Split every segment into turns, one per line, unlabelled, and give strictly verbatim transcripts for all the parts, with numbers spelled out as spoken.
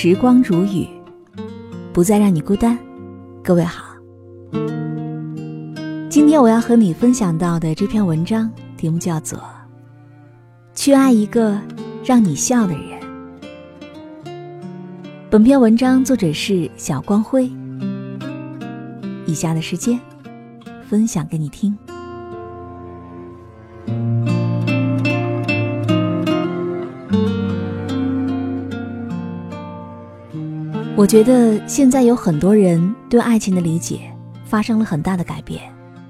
时光如雨，不再让你孤单。各位好，今天我要和你分享到的这篇文章题目叫做去爱一个让你笑的人。本篇文章作者是小光辉，以下的时间分享给你听。我觉得现在有很多人对爱情的理解发生了很大的改变，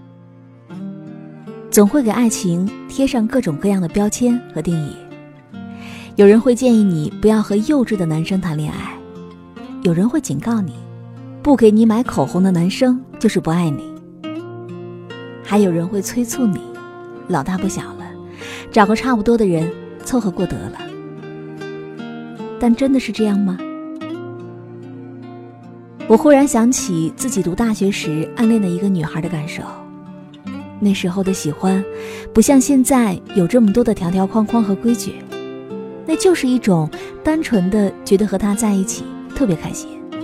总会给爱情贴上各种各样的标签和定义。有人会建议你不要和幼稚的男生谈恋爱，有人会警告你，不给你买口红的男生就是不爱你，还有人会催促你，老大不小了，找个差不多的人凑合过得了。但真的是这样吗？我忽然想起自己读大学时暗恋的一个女孩的感受，那时候的喜欢不像现在有这么多的条条框框和规矩，那就是一种单纯的觉得和她在一起特别开心。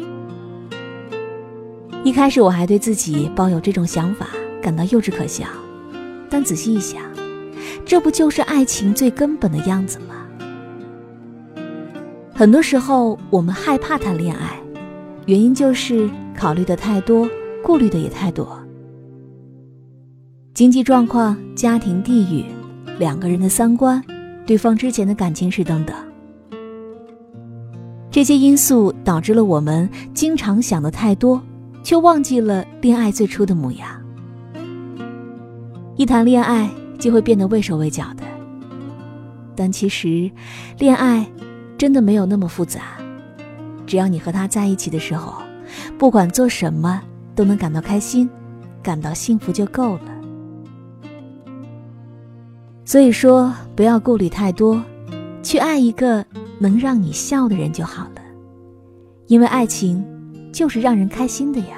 一开始我还对自己抱有这种想法感到幼稚可笑，但仔细一想，这不就是爱情最根本的样子吗？很多时候我们害怕谈恋爱，原因就是考虑的太多，顾虑的也太多。经济状况、家庭地域、两个人的三观、对方之前的感情史等等，这些因素导致了我们经常想的太多，却忘记了恋爱最初的模样。一谈恋爱就会变得畏手畏脚的，但其实恋爱真的没有那么复杂，只要你和他在一起的时候，不管做什么都能感到开心，感到幸福就够了。所以说，不要顾虑太多，去爱一个能让你笑的人就好了，因为爱情就是让人开心的呀。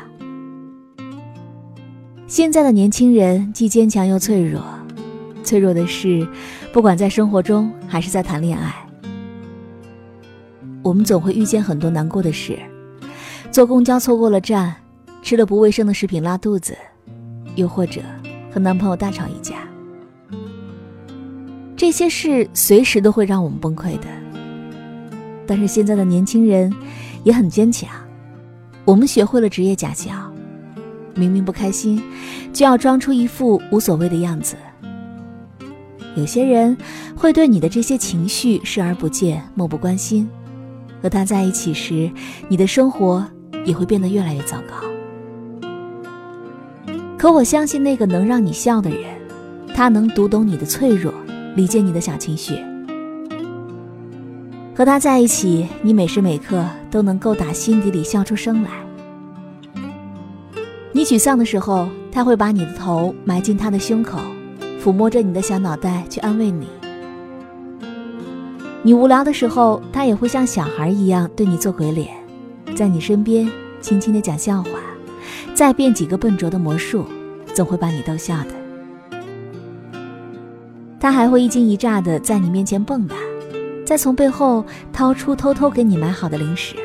现在的年轻人既坚强又脆弱，脆弱的是，不管在生活中还是在谈恋爱，我们总会遇见很多难过的事，坐公交错过了站，吃了不卫生的食品拉肚子，又或者和男朋友大吵一架。这些事随时都会让我们崩溃的。但是现在的年轻人也很坚强，我们学会了职业假笑，明明不开心就要装出一副无所谓的样子。有些人会对你的这些情绪视而不见，漠不关心，和他在一起时，你的生活也会变得越来越糟糕。可我相信那个能让你笑的人，他能读懂你的脆弱，理解你的小情绪。和他在一起，你每时每刻都能够打心底里笑出声来。你沮丧的时候，他会把你的头埋进他的胸口，抚摸着你的小脑袋去安慰你。你无聊的时候，他也会像小孩一样对你做鬼脸，在你身边轻轻地讲笑话，再变几个笨拙的魔术，总会把你逗笑的。他还会一惊一乍地在你面前蹦跶，再从背后掏出偷偷给你买好的零食。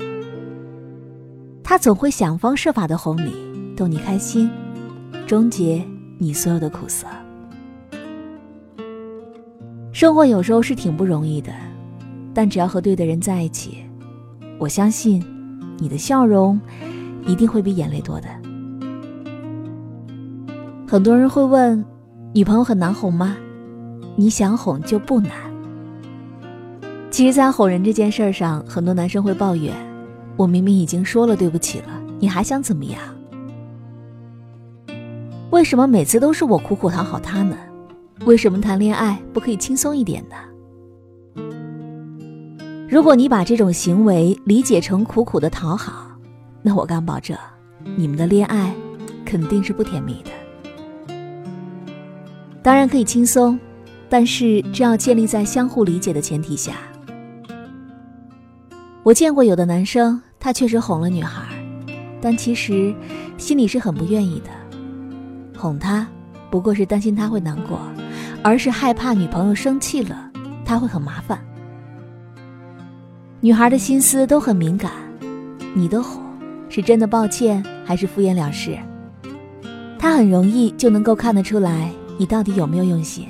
他总会想方设法地哄你，逗你开心，终结你所有的苦涩。生活有时候是挺不容易的，但只要和对的人在一起，我相信你的笑容一定会比眼泪多的。很多人会问，女朋友很难哄吗？你想哄就不难。其实在哄人这件事上，很多男生会抱怨，我明明已经说了对不起了，你还想怎么样？为什么每次都是我苦苦讨好他呢？为什么谈恋爱不可以轻松一点呢？如果你把这种行为理解成苦苦的讨好，那我敢保证，你们的恋爱肯定是不甜蜜的。当然可以轻松，但是这要建立在相互理解的前提下。我见过有的男生，他确实哄了女孩，但其实心里是很不愿意的。哄她不过是担心她会难过，而是害怕女朋友生气了，他会很麻烦。 女孩的心思都很敏感，你的哄是真的抱歉还是敷衍了事？她很容易就能够看得出来你到底有没有用心。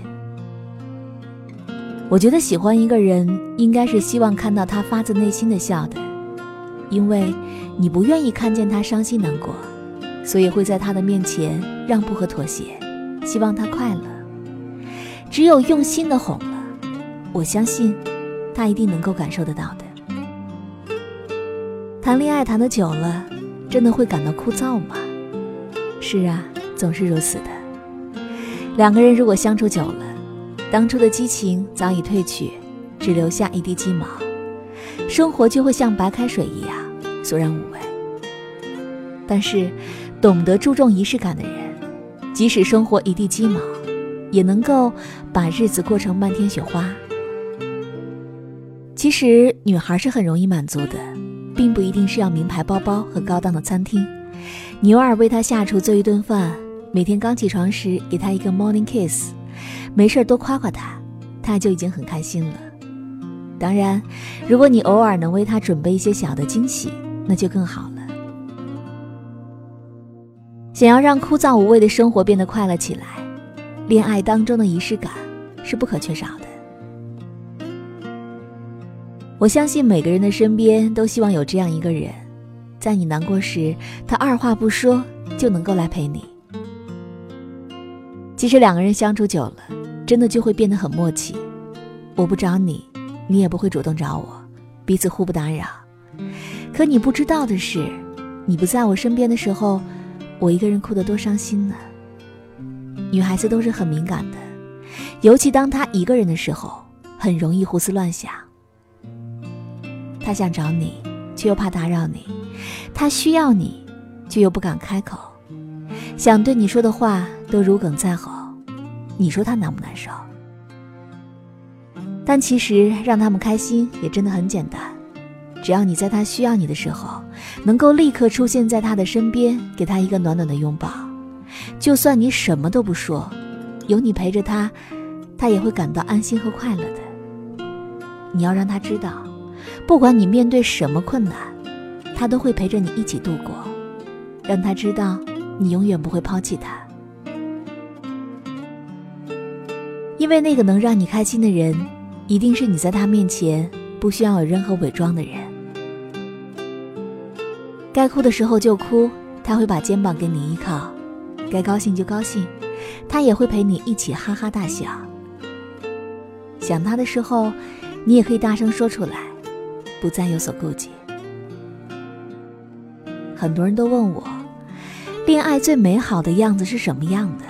我觉得喜欢一个人应该是希望看到他发自内心的笑的，因为你不愿意看见他伤心难过，所以会在他的面前让步和妥协，希望他快乐。只有用心的哄了，我相信他一定能够感受得到的。谈恋爱谈得久了，真的会感到枯燥吗？是啊，总是如此的。两个人如果相处久了，当初的激情早已褪去，只留下一地鸡毛，生活就会像白开水一样索然无味。但是懂得注重仪式感的人，即使生活一地鸡毛，也能够把日子过成漫天雪花。其实女孩是很容易满足的，并不一定是要名牌包包和高档的餐厅，你偶尔为她下厨做一顿饭，每天刚起床时给她一个 morning kiss， 没事多夸夸她，她就已经很开心了。当然，如果你偶尔能为她准备一些小的惊喜，那就更好了。想要让枯燥无味的生活变得快乐起来，恋爱当中的仪式感是不可缺少的。我相信每个人的身边都希望有这样一个人，在你难过时，他二话不说就能够来陪你。其实两个人相处久了，真的就会变得很默契。我不找你，你也不会主动找我，彼此互不打扰。可你不知道的是，你不在我身边的时候，我一个人哭得多伤心呢。女孩子都是很敏感的，尤其当她一个人的时候，很容易胡思乱想。她想找你，却又怕打扰你；她需要你，却又不敢开口。想对你说的话都如鲠在喉，你说她难不难受？但其实让他们开心也真的很简单，只要你在她需要你的时候，能够立刻出现在她的身边，给她一个暖暖的拥抱。就算你什么都不说，有你陪着她，她也会感到安心和快乐的。你要让她知道，不管你面对什么困难，她都会陪着你一起度过，让她知道你永远不会抛弃她。因为那个能让你开心的人，一定是你在她面前不需要有任何伪装的人。该哭的时候就哭，她会把肩膀给你依靠；该高兴就高兴，她也会陪你一起哈哈大笑。想她的时候，你也可以大声说出来，不再有所顾忌。很多人都问我，恋爱最美好的样子是什么样的？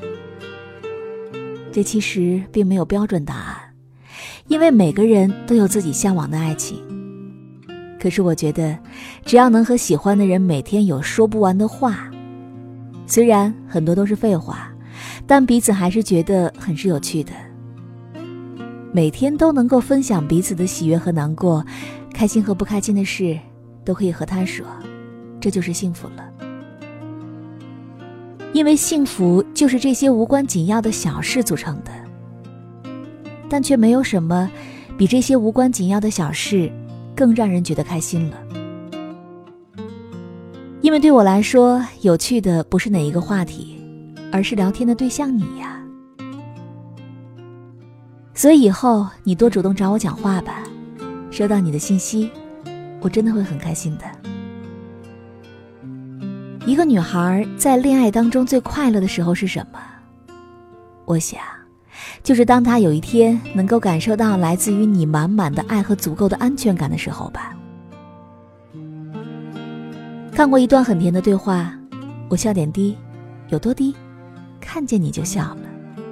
这其实并没有标准答案，因为每个人都有自己向往的爱情。可是我觉得，只要能和喜欢的人每天有说不完的话，虽然很多都是废话，但彼此还是觉得很是有趣的。每天都能够分享彼此的喜悦和难过，开心和不开心的事都可以和他说，这就是幸福了。因为幸福就是这些无关紧要的小事组成的，但却没有什么比这些无关紧要的小事更让人觉得开心了。因为对我来说，有趣的不是哪一个话题，而是聊天的对象你呀。所以以后你多主动找我讲话吧，收到你的信息，我真的会很开心的。一个女孩在恋爱当中最快乐的时候是什么？我想，就是当她有一天能够感受到来自于你满满的爱和足够的安全感的时候吧。看过一段很甜的对话，我笑点低，有多低？看见你就笑了。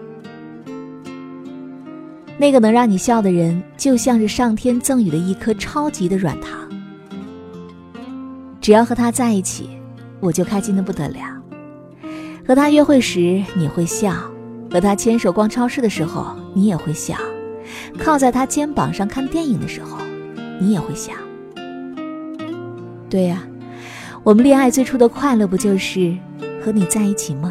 那个能让你笑的人，就像是上天赠予的一颗超级的软糖。只要和他在一起，我就开心得不得了。和他约会时你会笑，和他牵手逛超市的时候你也会笑，靠在他肩膀上看电影的时候你也会笑。对呀，我们恋爱最初的快乐不就是和你在一起吗？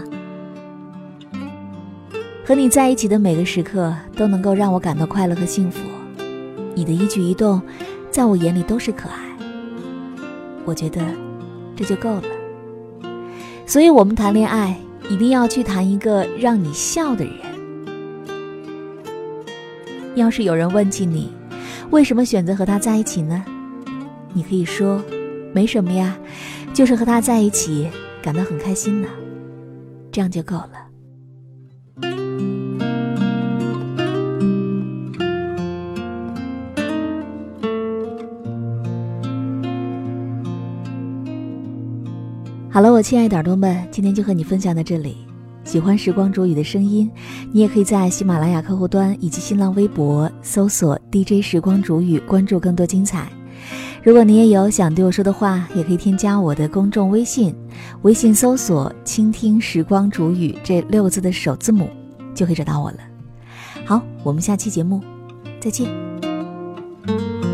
和你在一起的每个时刻都能够让我感到快乐和幸福，你的一举一动在我眼里都是可爱，我觉得这就够了。所以我们谈恋爱一定要去谈一个让你笑的人。要是有人问起你为什么选择和他在一起呢，你可以说没什么呀，就是和他在一起感到很开心呢，这样就够了。好了，我亲爱的耳朵们，今天就和你分享到这里。喜欢时光煮雨的声音，你也可以在喜马拉雅客户端以及新浪微博搜索 D J 时光煮雨，关注更多精彩。如果你也有想对我说的话，也可以添加我的公众微信，微信搜索倾听时光煮雨这六个字的首字母，就可以找到我了。好，我们下期节目再见。